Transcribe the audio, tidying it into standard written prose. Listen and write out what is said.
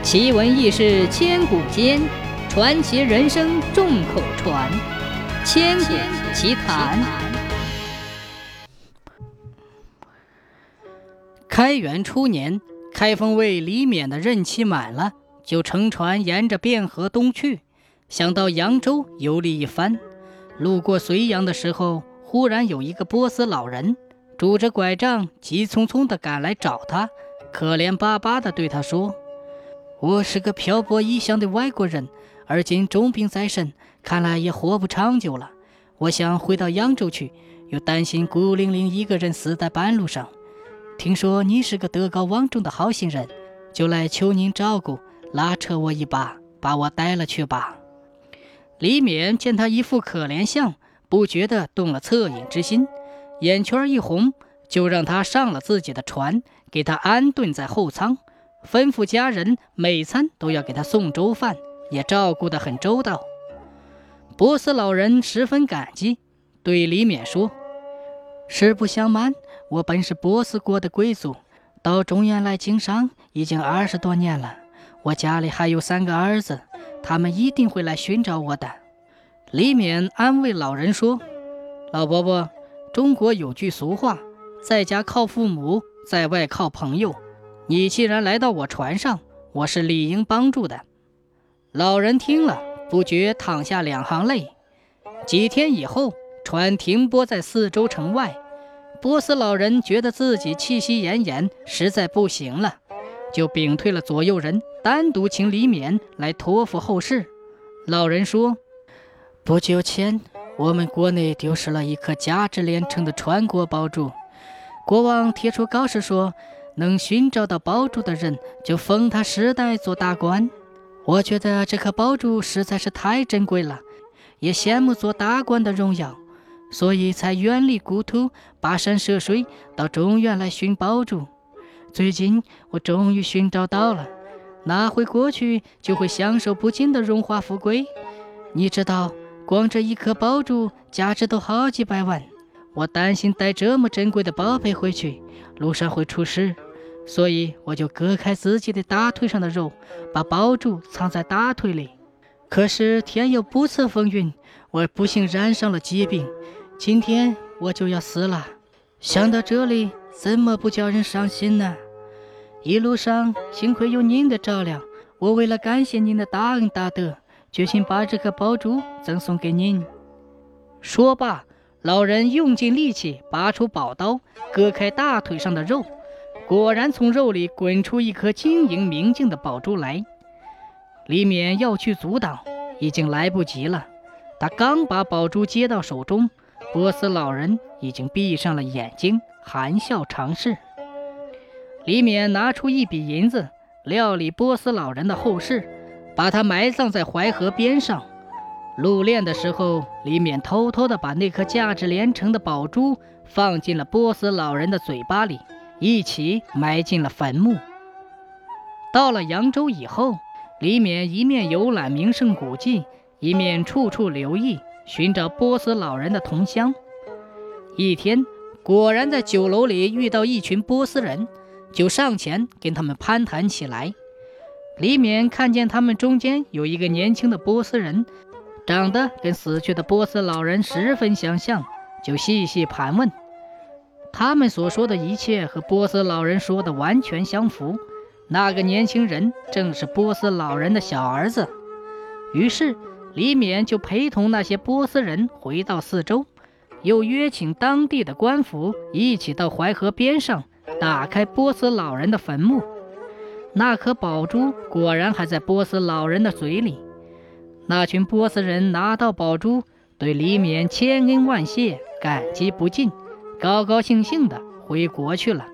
奇闻异事千古间，传奇人生众口传。千古奇谈。开元初年，开封卫李勉的任期满了，就乘船沿着汴河东去，想到扬州游历一番。路过睢阳的时候，忽然有一个波斯老人拄着拐杖，急匆匆地赶来找他，可怜巴巴地对他说：我是个漂泊异乡的外国人，而今重病在身，看来也活不长久了。我想回到扬州去，又担心孤零零一个人死在半路上。听说你是个德高望重的好心人，就来求您照顾，拉扯我一把，把我带了去吧。李勉见他一副可怜相，不觉得动了恻隐之心，眼圈一红，就让他上了自己的船，给他安顿在后舱，吩咐家人每餐都要给他送粥饭，也照顾得很周到。波斯老人十分感激，对李勉说：实不相瞒，我本是波斯国的贵族，到中原来经商已经20多年了。我家里还有3个儿子，他们一定会来寻找我的。李勉安慰老人说：老伯伯，中国有句俗话，在家靠父母，在外靠朋友。你既然来到我船上，我是理应帮助的。老人听了，不觉淌下2行泪。几天以后，船停泊在4周城外。波斯老人觉得自己气息奄奄，实在不行了，就屏退了左右人，单独请李勉来托付后事。老人说：不久前，我们国内丢失了一颗价值连城的传国宝珠，国王贴出告示说，能寻找到宝珠的人，就封他10代做大官。我觉得这颗宝珠实在是太珍贵了，也羡慕做大官的荣耀，所以才远离故土，跋山涉水到中原来寻宝珠。最近我终于寻找到了，拿回国去就会享受不尽的荣华富贵。你知道，光这一颗宝珠价值都好几百万，我担心带这么珍贵的宝贝回去，路上会出事，所以我就割开自己的大腿上的肉，把宝珠藏在大腿里。可是天有不测风云，我不幸染上了疾病，今天我就要死了。想到这里，怎么不叫人伤心呢？一路上幸亏有您的照料，我为了感谢您的大恩大德，决心把这颗宝珠赠送给您。说罢，老人用尽力气拔出宝刀，割开大腿上的肉，果然从肉里滚出一颗晶莹明净的宝珠来。李勉要去阻挡，已经来不及了。他刚把宝珠接到手中，波斯老人已经闭上了眼睛，含笑长逝。李勉拿出一笔银子，料理波斯老人的后事，把他埋葬在淮河边上。入殓的时候，李勉偷偷地把那颗价值连城的宝珠放进了波斯老人的嘴巴里，一起埋进了坟墓。到了扬州以后，李勉一面游览名胜古迹，一面处处留意，寻找波斯老人的同乡。一天，果然在酒楼里遇到一群波斯人，就上前跟他们攀谈起来。李勉看见他们中间有一个年轻的波斯人，长得跟死去的波斯老人十分相像，就细细盘问。他们所说的一切和波斯老人说的完全相符，那个年轻人正是波斯老人的小儿子。于是李勉就陪同那些波斯人回到4周，又约请当地的官府一起到淮河边上打开波斯老人的坟墓。那颗宝珠果然还在波斯老人的嘴里。那群波斯人拿到宝珠，对李勉千恩万谢，感激不尽，高高兴兴地回国去了。